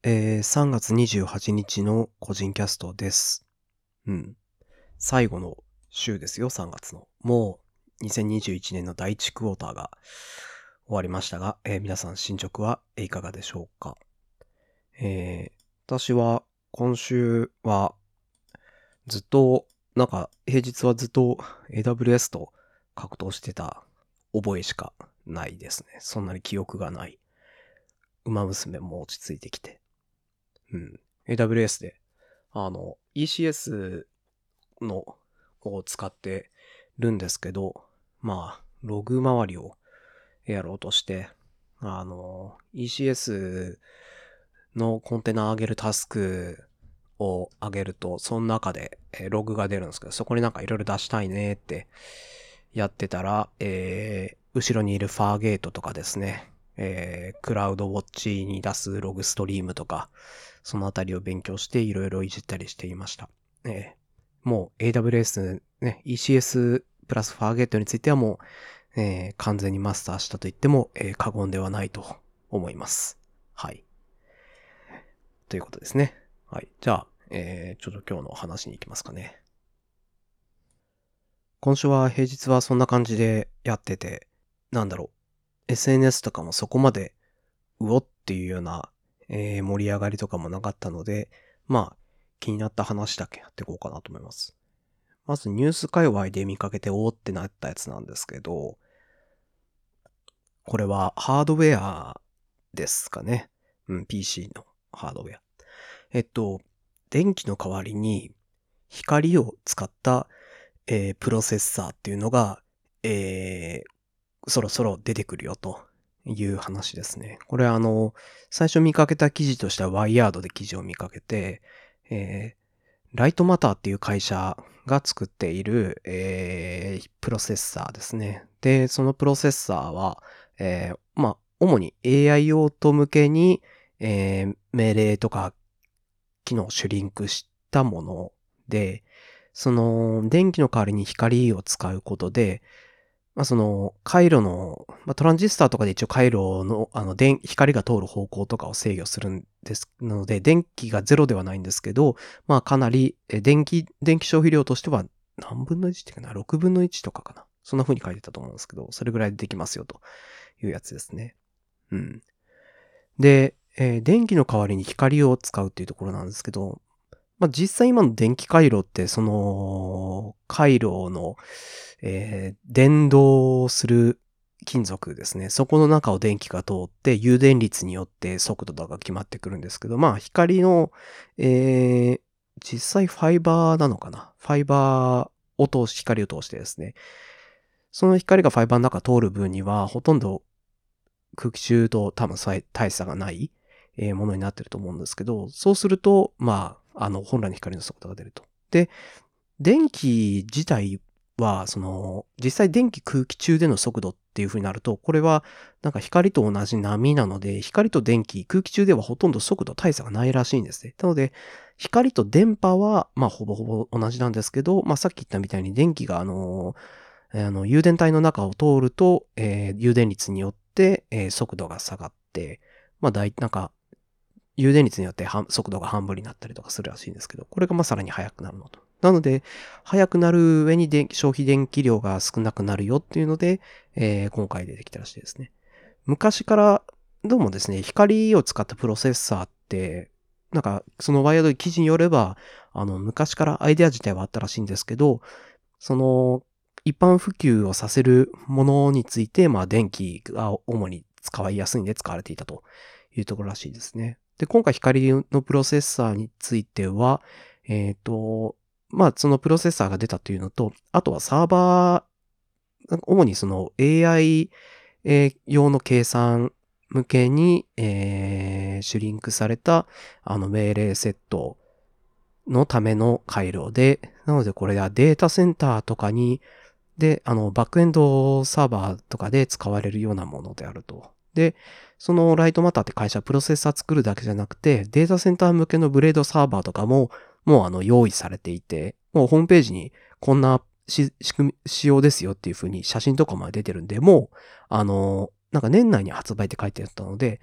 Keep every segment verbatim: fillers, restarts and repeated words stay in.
えー、さんがつにじゅうはちにちの個人キャストです。うん。最後の週ですよ、さんがつの。もう、にせんにじゅういちねんのだいいちクォーターが終わりましたが、えー皆さん進捗はいかがでしょうか。えー、私は、今週は、ずっと、なんか、平日はずっと エーダブリューエス と格闘してた覚えしかないですね。そんなに記憶がない。馬娘も落ち着いてきて。うん。エーダブリューエス で、あの、イーシーエス のを使ってるんですけど、まあ、ログ周りをやろうとして、あの、イーシーエス のコンテナ上げるタスクを上げると、その中でえーログが出るんですけど、そこになんかいろいろ出したいねってやってたら、えー後ろにいるファーゲートとかですね、えークラウドウォッチに出すログストリームとか、そのあたりを勉強していろいろいじったりしていました。えーもう エーダブリューエス ね、イーシーエス プラスファーゲートについてはもう、えー完全にマスターしたと言っても、えー過言ではないと思います。はい。ということですね。はい。じゃあ、えーちょっと今日の話に行きますかね。今週は平日はそんな感じでやってて、なんだろう、エスエヌエス とかもそこまで、うおっていうような、えー盛り上がりとかもなかったので、まあ、気になった話だけやっていこうかなと思います。まずニュース界隈で見かけておーってなったやつなんですけど、これはハードウェアですかね。うん、ピーシー のハードウェア。えっと、電気の代わりに光を使った、えープロセッサーっていうのが、えーそろそろ出てくるよという話ですね。これあの、最初見かけた記事としてはワイヤードで記事を見かけて、えーライトマターっていう会社が作っている、えープロセッサーですね。で、そのプロセッサーは、えーまあ、主に エーアイ 用途向けに、えー命令とか機能をシュリンクしたもので、その電気の代わりに光を使うことで、まあ、その回路の、まあ、トランジスタとかで一応回路のあの電光が通る方向とかを制御するんです。なので、電気がゼロではないんですけど、まあかなりえ電気、電気消費量としては何分のいちっていうかな、ろくぶんのいちとかかな。そんな風に書いてたと思うんですけど、それぐらいでできますよというやつですね。うん。で、えー電気の代わりに光を使うっていうところなんですけど、まあ、実際今の電気回路って、その、回路の、えー電導する金属ですね。そこの中を電気が通って、誘電率によって速度とかが決まってくるんですけど、まあ、光の、えー実際ファイバーなのかな。ファイバーを通し、光を通してですね。その光がファイバーの中通る分には、ほとんど空気中と多分大差がないえーものになってると思うんですけど、そうすると、まあ、あの、本来の光の速度が出ると。で、電気自体は、その、実際電気空気中での速度っていう風になると、これは、なんか光と同じ波なので、光と電気、空気中ではほとんど速度大差がないらしいんですね。なので、光と電波は、まあ、ほぼほぼ同じなんですけど、まあ、さっき言ったみたいに電気が、あの、あの、誘電体の中を通ると、えー誘電率によって、えー速度が下がって、まあ、だい、なんか、誘電率によって速度が半分になったりとかするらしいんですけど、これがまあさらに速くなるのと。なので、速くなる上に電気消費電気量が少なくなるよっていうので、えー今回出てきたらしいですね。昔からどうもですね、光を使ったプロセッサーって、なんかそのワイヤード記事によれば、あの昔からアイデア自体はあったらしいんですけど、その一般普及をさせるものについて、まあ電気が主に使いやすいんで使われていたというところらしいですね。で、今回光のプロセッサーについては、えっと、まあそのプロセッサーが出たというのと、あとはサーバー、主にその エーアイ えー用の計算向けに、えーシュリンクされたあの命令セットのための回路で、なのでこれはデータセンターとかに、で、あの、バックエンドサーバーとかで使われるようなものであると。で、そのライトマターって会社はプロセッサー作るだけじゃなくて、データセンター向けのブレードサーバーとかも、もうあの、用意されていて、もうホームページにこんなし仕組み、仕様ですよっていう風に写真とかも出てるんで、もう、あの、なんか年内に発売って書いてあったので、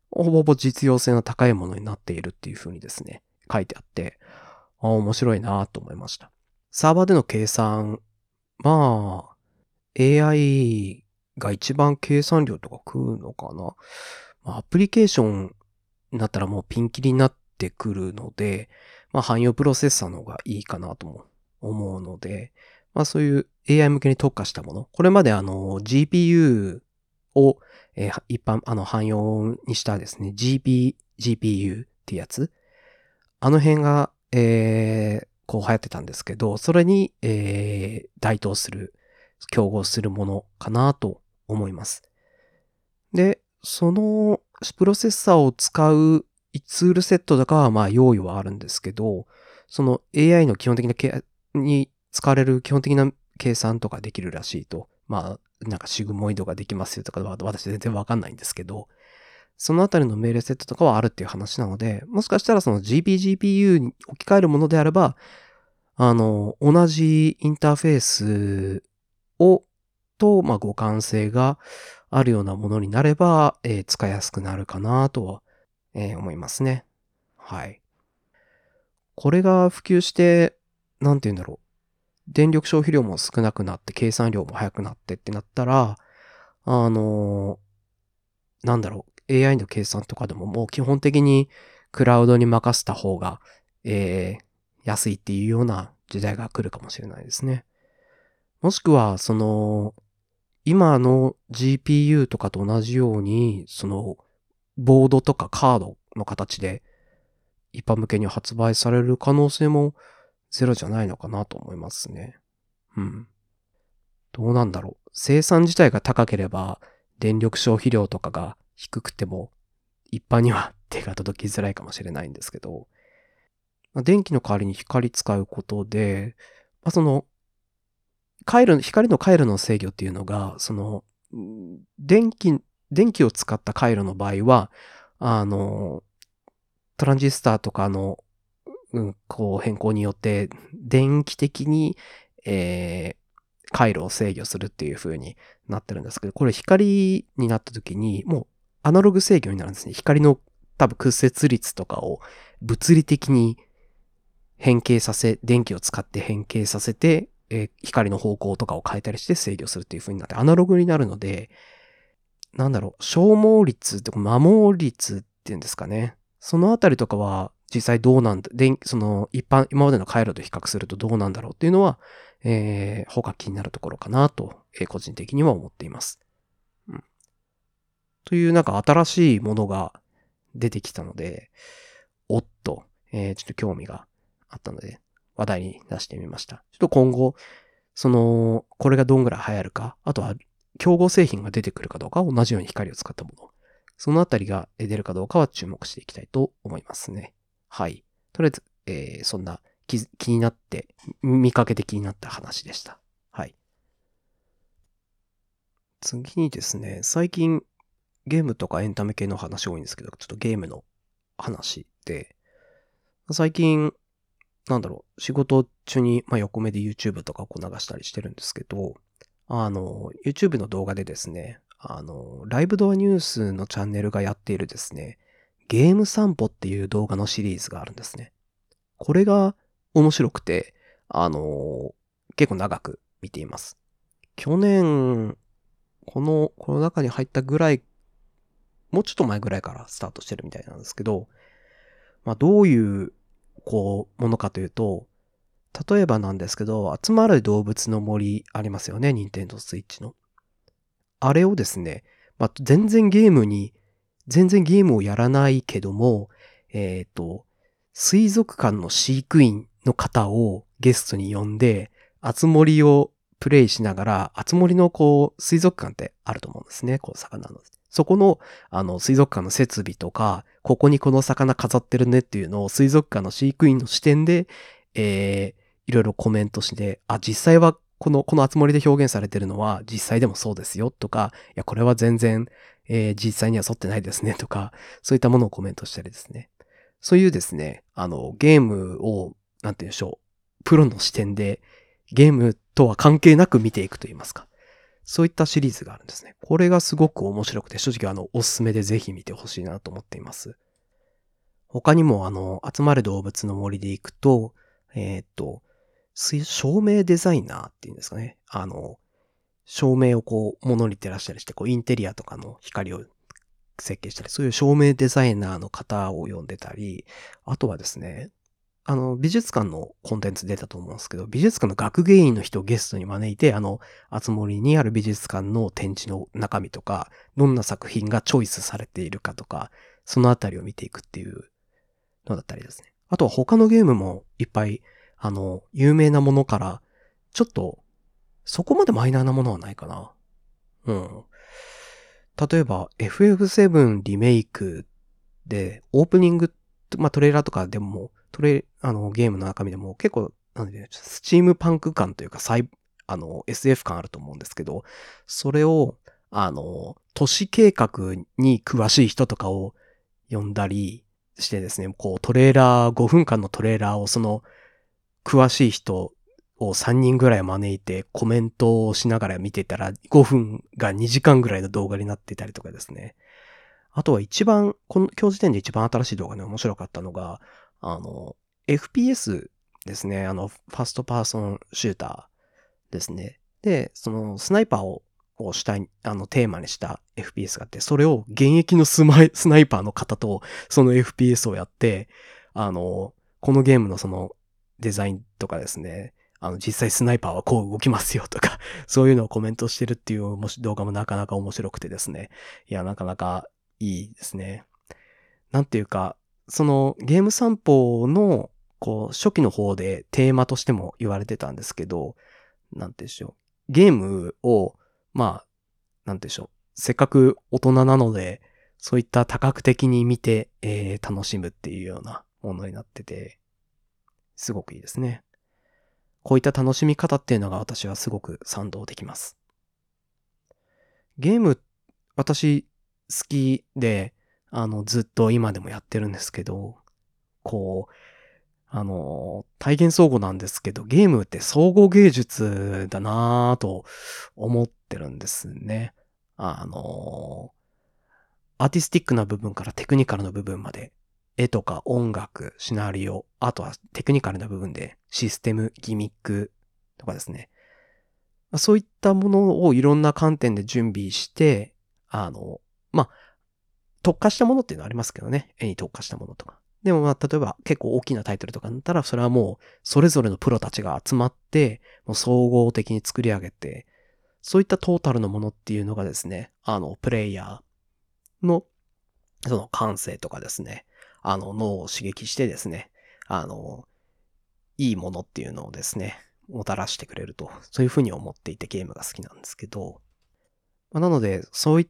ほぼほぼ実用性の高いものになっているっていう風にですね、書いてあって、あ、面白いなと思いました。サーバーでの計算、まあ、エーアイ が一番計算量とか食うのかな。まあ、アプリケーションになったらもうピンキリになってくるので、まあ、汎用プロセッサーの方がいいかなとも思うので、まあ、そういう エーアイ 向けに特化したもの。これまであの ジーピーユー を、えー一般、あの汎用にしたですね、ジーピー、ジーピーユー ってやつ。あの辺が、えー、こう流行ってたんですけど、それに、えー、該当する、競合するものかなと思います。で、そのプロセッサーを使うツールセットとかはまあ用意はあるんですけど、その エーアイ の基本的なけに使われる基本的な計算とかできるらしいと。まあ、なんかシグモイドができますよとかは私全然わかんないんですけど、そのあたりの命令セットとかはあるっていう話なので、もしかしたらその ジーピージーピーユー に置き換えるものであれば、あの、同じインターフェースを、と、まあ、互換性があるようなものになれば、えー使いやすくなるかなとは、えー思いますね。はい。これが普及して、なんて言うんだろう。電力消費量も少なくなって、計算量も速くなってってなったら、あのーなんだろう。エーアイ の計算とかでももう基本的にクラウドに任せた方が、えー安いっていうような時代が来るかもしれないですね。もしくは、その、今の ジーピーユー とかと同じように、その、ボードとかカードの形で一般向けに発売される可能性もゼロじゃないのかなと思いますね。うん。どうなんだろう。生産自体が高ければ、電力消費量とかが低くても、一般には手が届きづらいかもしれないんですけど、まあ、電気の代わりに光使うことで、まあ、その、回路、光の回路の制御っていうのが、その、電気、電気を使った回路の場合は、あの、トランジスタとかの、うん、こう変更によって、電気的に、えー、回路を制御するっていう風になってるんですけど、これ光になった時に、もうアナログ制御になるんですね。光の多分屈折率とかを物理的に変形させ、電気を使って変形させて、えー光の方向とかを変えたりして制御するっていう風になって、アナログになるので、なんだろう、消耗率って摩耗率っていうんですかね。そのあたりとかは実際どうなんだ、電その一般、今までの回路と比較するとどうなんだろうっていうのは、えー、他気になるところかなと、えー個人的には思っています。うん。というなんか新しいものが出てきたので、おっと、えー、ちょっと興味があったので、話題に出してみました。ちょっと今後、その、これがどんぐらい流行るか、あとは、競合製品が出てくるかどうか、同じように光を使ったもの。そのあたりが出るかどうかは注目していきたいと思いますね。はい。とりあえず、えー、そんな気気になって、見かけて気になった話でした。はい。次にですね、最近ゲームとかエンタメ系の話多いんですけど、ちょっとゲームの話で、最近、なんだろう、仕事中に、まあ、横目で YouTube とかをこう流したりしてるんですけど、あの、YouTube の動画でですね、あの、ライブドアニュースのチャンネルがやっているですね、ゲーム散歩っていう動画のシリーズがあるんですね。これが面白くて、あの、結構長く見ています。去年、このコロナ禍に入ったぐらい、もうちょっと前ぐらいからスタートしてるみたいなんですけど、まあどういう、こう、ものかというと、例えばなんですけど、集まる動物の森ありますよね、ニンテンドースイッチの。あれをですね、まあ、全然ゲームに、全然ゲームをやらないけども、えっと、水族館の飼育員の方をゲストに呼んで、あつ森をプレイしながら、あつ森のこう、水族館ってあると思うんですね、こう、魚の。そこの、あの、水族館の設備とか、ここにこの魚飾ってるねっていうのを水族館の飼育員の視点で、えー、いろいろコメントして、あ、実際はこの、この集まりで表現されてるのは実際でもそうですよとか、いや、これは全然、えー実際には沿ってないですねとか、そういったものをコメントしたりですね。そういうですね、あの、ゲームを、なんて言うんでしょう、プロの視点でゲームとは関係なく見ていくと言いますか。 そういったシリーズがあるんですね。これがすごく面白くて、正直あの、おすすめでぜひ見てほしいなと思っています。他にもあの、集まる動物の森で行くと、えーっと、水照明デザイナーっていうんですかね。あの、照明をこう、物に照らしたりして、こう、インテリアとかの光を設計したり、そういう照明デザイナーの方を呼んでたり、あとはですね、あの、美術館のコンテンツ出たと思うんですけど、美術館の学芸員の人をゲストに招いて、あの、あつ森にある美術館の展示の中身とか、どんな作品がチョイスされているかとか、そのあたりを見ていくっていうのだったりですね。あとは他のゲームもいっぱい、あの、有名なものから、ちょっと、そこまでマイナーなものはないかな。うん。例えば、エフエフセブン リメイクで、オープニング、まあ、トレーラーとかでも、トレ、あの、ゲームの中身でも結構、なんで、スチームパンク感というか、サイ、あの、エスエフ 感あると思うんですけど、それを、あの、都市計画に詳しい人とかを呼んだりしてですね、こう、トレーラー、ごふんかんのトレーラーをその、詳しい人をさんにんぐらい招いてコメントをしながら見てたらごふんがにじかんぐらいの動画になってたりとかですね。あとは一番、この、今日時点で一番新しい動画で面白かったのが、あの、エフピーエス ですね。あの、ファストパーソンシューターですね。で、その、スナイパーを、をしたい、あの、テーマにした エフピーエス があって、それを現役のスマイ、スナイパーの方と、その エフピーエス をやって、あの、このゲームのその、デザインとかですね、あの、実際スナイパーはこう動きますよとか、そういうのをコメントしてるっていうもし動画もなかなか面白くてですね。いや、なかなかいいですね。なんていうか、そのゲーム散歩の、こう、初期の方でテーマとしても言われてたんですけど、なんてでしょう。ゲームを、まあ、なんてでしょう。せっかく大人なので、そういった多角的に見て、えー、楽しむっていうようなものになってて、すごくいいですね。こういった楽しみ方っていうのが私はすごく賛同できます。ゲーム、私好きで、あの、ずっと今でもやってるんですけど、こう、あの、体現相互なんですけど、ゲームって総合芸術だなぁと思ってるんですね。あの、アーティスティックな部分からテクニカルな部分まで、絵とか音楽、シナリオ、あとはテクニカルな部分でシステム、ギミックとかですね。そういったものをいろんな観点で準備して、あの、まあ、特化したものっていうのはありますけどね。絵に特化したものとか。でもまあ、例えば結構大きなタイトルとかだったら、それはもう、それぞれのプロたちが集まって、もう総合的に作り上げて、そういったトータルのものっていうのがですね、あの、プレイヤーの、その感性とかですね、あの、脳を刺激してですね、あの、いいものっていうのをですね、もたらしてくれると、そういうふうに思っていてゲームが好きなんですけど、まあなので、そういった、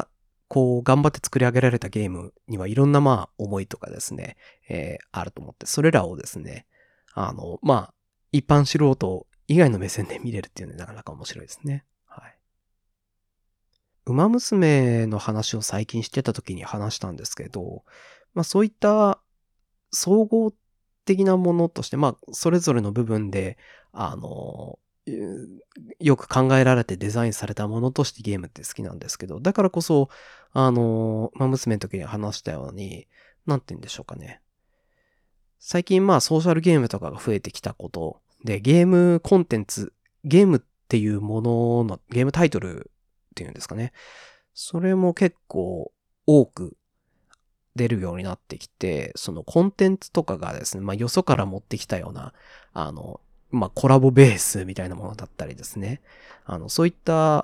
こう、頑張って作り上げられたゲームにはいろんな、まあ、思いとかですね、えー、あると思って、それらをですね、あの、まあ、一般素人以外の目線で見れるっていうのはなかなか面白いですね。はい。馬娘の話を最近してた時に話したんですけど、まあそういった総合的なものとして、まあそれぞれの部分で、あの、よく考えられてデザインされたものとしてゲームって好きなんですけど、だからこそ、あの、馬娘の時に話したように、なんて言うんでしょうかね。最近まあソーシャルゲームとかが増えてきたことで、ゲームコンテンツ、ゲームっていうものの、ゲームタイトルっていうんですかね。それも結構多く出るようになってきて、そのコンテンツとかがですね、まあよそから持ってきたような、あの、まあコラボベースみたいなものだったりですね。あの、そういった、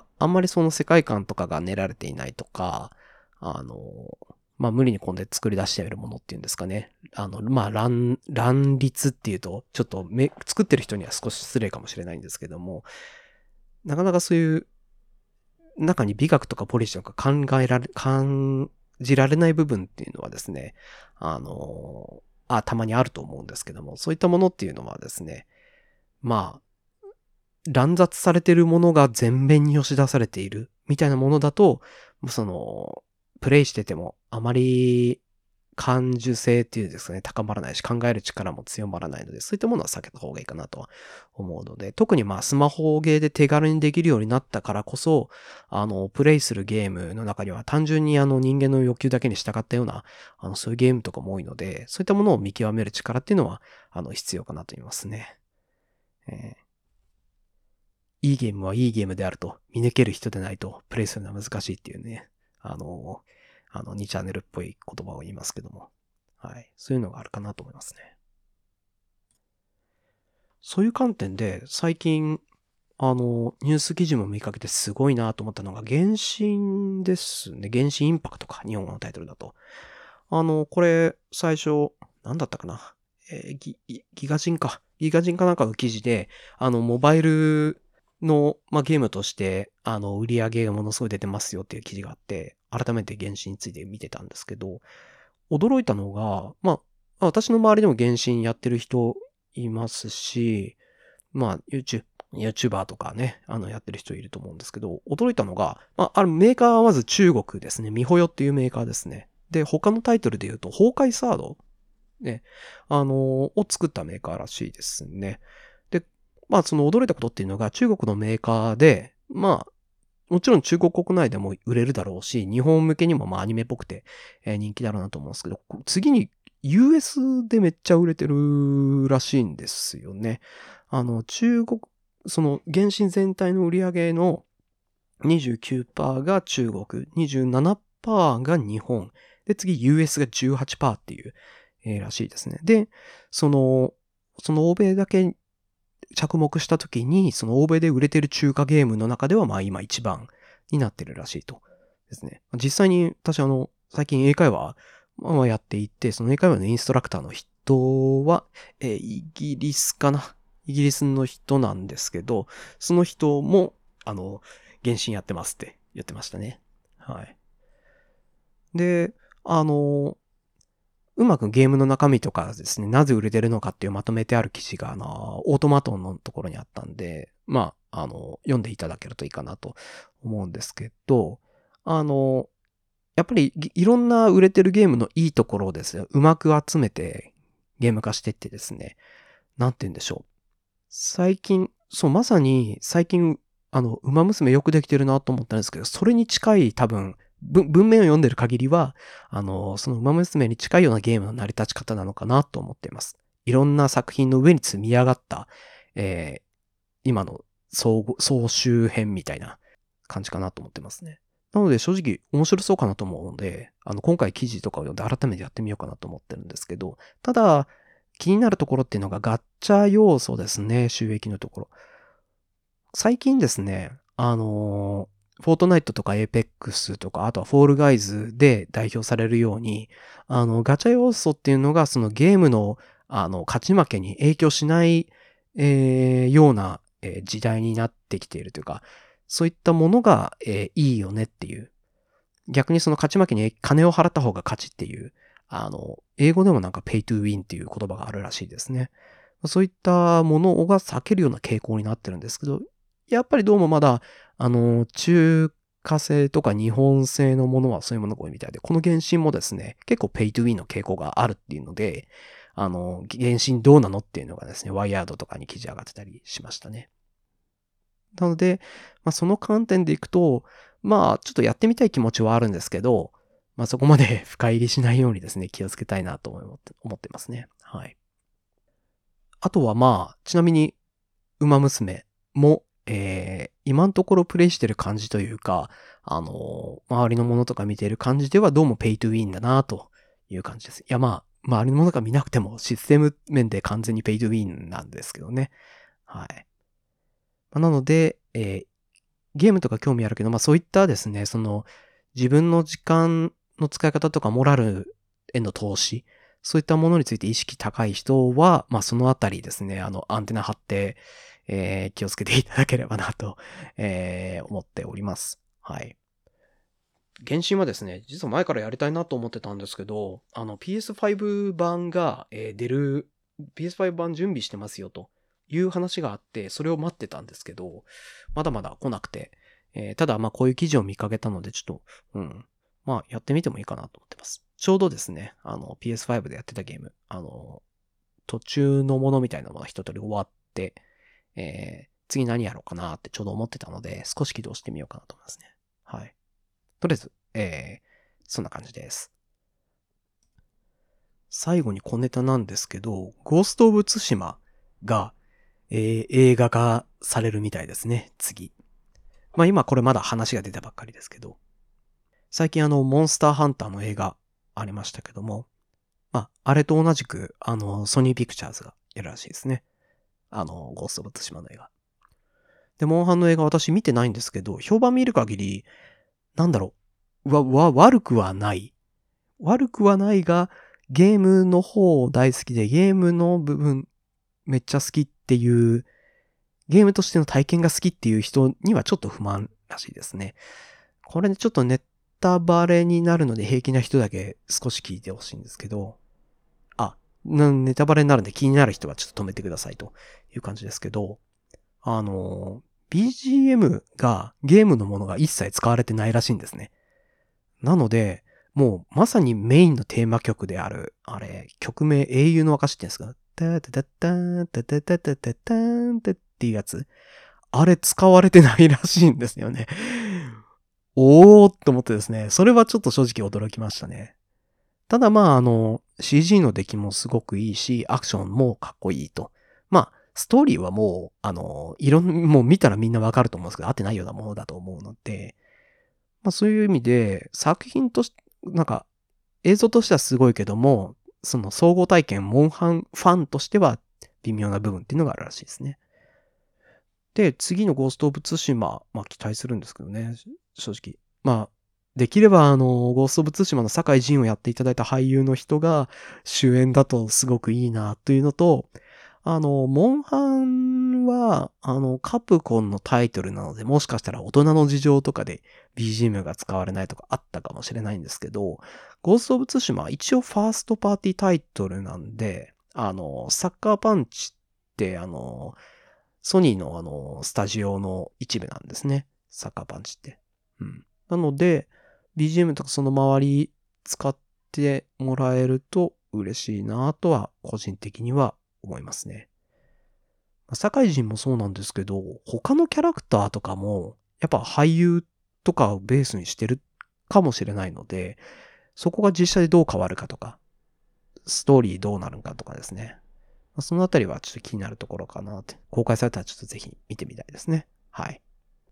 あんまりその世界観とかが練られていないとか、あの、まあ無理にコンテンツ作り出しているものっていうんですかね。あの、まあ乱、乱立っていうと、ちょっとめ、作ってる人には少し失礼かもしれないんですけども、なかなかそういう中に美学とかポリシーとか考えられ、感じられない部分っていうのはですね、あの、あ、たまにあると思うんですけども、そういったものっていうのはですね、まあ、乱雑されているものが前面に押し出されているみたいなものだと、その、プレイしててもあまり感受性っていうんですかね、高まらないし、考える力も強まらないので、そういったものは避けた方がいいかなとは思うので、特にまあスマホゲーで手軽にできるようになったからこそ、あの、プレイするゲームの中には単純にあの人間の欲求だけに従ったような、あの、そういうゲームとかも多いので、そういったものを見極める力っていうのは、あの、必要かなと思いますね。えーいいゲームはいいゲームであると見抜ける人でないとプレイするのは難しいっていうね、あの、あのにチャンネルっぽい言葉を言いますけども、はい。そういうのがあるかなと思いますね。そういう観点で最近、あの、ニュース記事も見かけてすごいなと思ったのが、原神ですね。原神インパクトか、日本語のタイトルだと。あの、これ、最初、なんだったかな。えーギ、ギガ人か。ギガ人かなんかの記事で、あの、モバイルの、まあ、ゲームとして、あの、売り上げがものすごい出てますよっていう記事があって、改めて原神について見てたんですけど、驚いたのが、まあ、私の周りでも原神やってる人いますし、まあ、YouTube、YouTuber とかね、あの、やってる人いると思うんですけど、驚いたのが、まあ、あるメーカーはまず中国ですね。ミホヨっていうメーカーですね。で、他のタイトルで言うと、崩壊サードね、あのーを作ったメーカーらしいですね。で、まあ、その驚いたことっていうのが、中国のメーカーで、まあ、もちろん中国国内でも売れるだろうし、日本向けにもまあアニメっぽくて、えー人気だろうなと思うんですけど、次に ユーエス でめっちゃ売れてるらしいんですよね。あの、中国、その原神全体の売り上げのにじゅうきゅうパーセントが中国、にじゅうななパーセントが日本、で、次 ユーエス が じゅうはちパーセント っていう、えーらしいですね。で、その、その欧米だけ着目したときに、その欧米で売れてる中華ゲームの中では、まあ今一番になってるらしいと。ですね。実際に私あの、最近英会話、まあやっていて、その英会話のインストラクターの人は、えーイギリスかなイギリスの人なんですけど、その人も、あの、原神やってますって言ってましたね。はい。で、あの、うまくゲームの中身とかですね、なぜ売れてるのかっていうまとめてある記事が、あの、オートマトンのところにあったんで、まあ、あの、読んでいただけるといいかなと思うんですけど、あの、やっぱりいろんな売れてるゲームのいいところをですね、うまく集めてゲーム化していってですね、なんて言うんでしょう。最近、そう、まさに最近、あの、馬娘よくできてるなと思ったんですけど、それに近い多分、文文面を読んでる限りは、あの、その馬娘に近いようなゲームの成り立ち方なのかなと思っています。いろんな作品の上に積み上がった、えー、今の総総集編みたいな感じかなと思ってますね。なので正直面白そうかなと思うので、あの、今回記事とかを読んで改めてやってみようかなと思ってるんですけど、ただ、気になるところっていうのがガッチャ要素ですね、収益のところ。最近ですね、あのー、フォートナイトとかエーペックスとか、あとはフォールガイズで代表されるように、あの、ガチャ要素っていうのがそのゲームの、あの、勝ち負けに影響しない、えー、ような、えー時代になってきているというか、そういったものが、えーいいよねっていう。逆にその勝ち負けに金を払った方が勝ちっていう、あの、英語でもなんか pay to win っていう言葉があるらしいですね。そういったものが避けるような傾向になってるんですけど、やっぱりどうもまだ、あの、中華製とか日本製のものはそういうものが多いみたいで、この原神もですね、結構 pay to win の傾向があるっていうので、あの、原神どうなのっていうのがですね、ワイヤードとかに記事上がってたりしましたね。なので、まあ、その観点でいくと、まあ、ちょっとやってみたい気持ちはあるんですけど、まあ、そこまで深入りしないようにですね、気をつけたいなと思って思ってますね。はい。あとはまあ、ちなみに、馬娘も、えー、今のところプレイしてる感じというか、あのー周りのものとか見てる感じではどうもペイトゥウィンだなという感じです。いやまあ、周りのものが見なくてもシステム面で完全にペイトゥウィンなんですけどね。はい。まあなので、えーゲームとか興味あるけど、まあそういったですね、その自分の時間の使い方とかモラルへの投資、そういったものについて意識高い人は、まあそのあたりですね、あのアンテナ張って、えー気をつけていただければなと、えー思っております。はい。原神はですね、実は前からやりたいなと思ってたんですけど、あの ピーエスファイブ 版が、えー出る、ピーエスファイブ 版準備してますよという話があって、それを待ってたんですけど、まだまだ来なくて、えーただまあこういう記事を見かけたので、ちょっと、うん、まあやってみてもいいかなと思ってます。 ちょうどですね、あの ピーエスファイブ でやってたゲーム、あの、途中のものみたいなものが一通り終わって、えー、次何やろうかなってちょうど思ってたので、少し起動してみようかなと思いますね。はい。とりあえず、えー、そんな感じです。最後に小ネタなんですけど、ゴースト・オブ・ツシマが、えー、映画化されるみたいですね、次。まあ今これまだ話が出たばっかりですけど、最近あの、モンスターハンターの映画ありましたけども、まあ、あれと同じく、あの、ソニーピクチャーズがやるらしいですね。あの、ゴースト・オブ・ツシマの映画。で、モンハンの映画私見てないんですけど、評判見る限り、なんだろう、わ、わ、悪くはない。悪くはないが、ゲームの方大好きで、ゲームの部分めっちゃ好きっていう、ゲームとしての体験が好きっていう人にはちょっと不満らしいですね。これね、ちょっとネタバレになるので平気な人だけ少し聞いてほしいんですけど、あ、ネタバレになるんで気になる人はちょっと止めてくださいという感じですけど、あの、ビージーエム がゲームのものが一切使われてないらしいんですね。なので、もうまさにメインのテーマ曲である、あれ、曲名英雄の証って言うんですか、タタタターン、タタタタタターンっていうやつ、あれ使われてないらしいんですよね。おーっと思ってですね、それはちょっと正直驚きましたね。ただまあ、あの、シージー の出来もすごくいいし、アクションもかっこいいと。まあ、ストーリーはもう、あの、いろん、もう見たらみんなわかると思うんですけど、合ってないようなものだと思うので、まあそういう意味で、作品とし、なんか、映像としてはすごいけども、その総合体験、モンハンファンとしては微妙な部分っていうのがあるらしいですね。で、次のゴースト・オブ・ツシマ、まあ期待するんですけどね、正直。まあ、できればあの、ゴースト・オブ・ツシマの酒井仁をやっていただいた俳優の人が主演だとすごくいいなというのと、あの、モンハンは、あの、カプコンのタイトルなので、もしかしたら大人の事情とかで ビージーエム が使われないとかあったかもしれないんですけど、ゴースト・オブ・ツシマは一応ファーストパーティータイトルなんで、あの、サッカーパンチって、あの、ソニーのあの、スタジオの一部なんですね。サッカーパンチって。うん。なので、ビージーエム とかその周り使ってもらえると嬉しいなとは、個人的には思いますね。社会人もそうなんですけど、他のキャラクターとかも、やっぱ俳優とかをベースにしてるかもしれないので、そこが実写でどう変わるかとか、ストーリーどうなるかとかですね。そのあたりはちょっと気になるところかなって。公開されたらちょっとぜひ見てみたいですね。はい。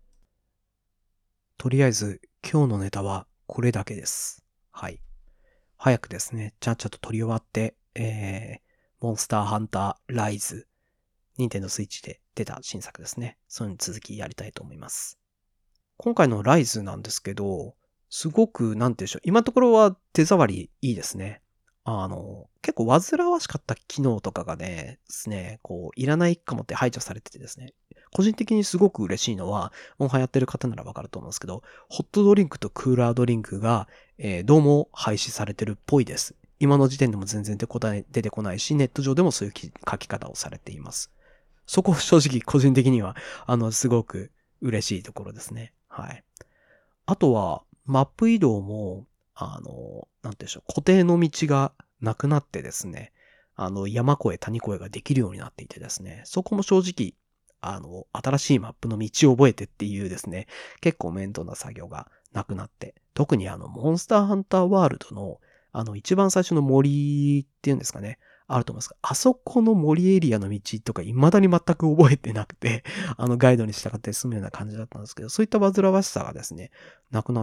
とりあえず、今日のネタはこれだけです。はい。早くですね、ちゃんちゃと撮り終わって、えー、モンスターハンターライズ、ニンテンドースイッチで出た新作ですね。その続きやりたいと思います。今回のライズなんですけど、すごく、なんていうんでしょう。今のところは手触りいいですね。あの、結構煩わしかった機能とかがね、ですね、こう、いらないかもって排除されててですね。個人的にすごく嬉しいのは、モンハンやってる方ならわかると思うんですけど、ホットドリンクとクーラードリンクが、えー、どうも廃止されてるっぽいです。今の時点でも全然出てこないし、ネット上でもそういう書き方をされています。そこ正直個人的には、あの、すごく嬉しいところですね。はい。あとは、マップ移動も、あの、なんていうんでしょう、固定の道がなくなってですね、あの、山越え、谷越えができるようになっていてですね、そこも正直、あの、新しいマップの道を覚えてっていうですね、結構面倒な作業がなくなって、特にあの、モンスターハンターワールドの、あの、一番最初の森っていうんですかね、あると思いますが、あそこの森エリアの道とか未だに全く覚えてなくて、あのガイドに従って進むような感じだったんですけど、そういった煩わしさがですね、なくなって、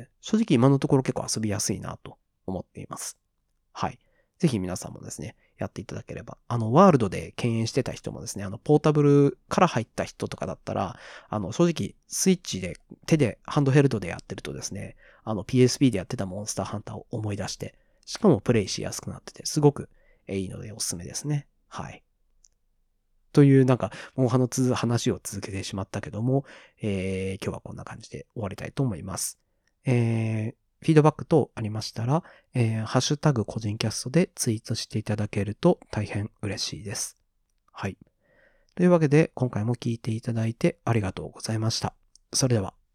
正直今のところ結構遊びやすいなと思っています。はい。ぜひ皆さんもですね、やっていただければ。あの、ワールドで敬遠してた人もですね、あの、ポータブルから入った人とかだったら、あの、正直、スイッチで、手で、ハンドヘルドでやってるとですね、あの、ピーエスピー でやってたモンスターハンターを思い出して、しかもプレイしやすくなってて、すごくいいのでおすすめですね。はい。というなんか、モンハンのつ話を続けてしまったけども、えー、今日はこんな感じで終わりたいと思います。えー、フィードバック等ありましたら、えー、ハッシュタグ個人キャストでツイートしていただけると大変嬉しいです。はい。というわけで、今回も聞いていただいてありがとうございました。それでは。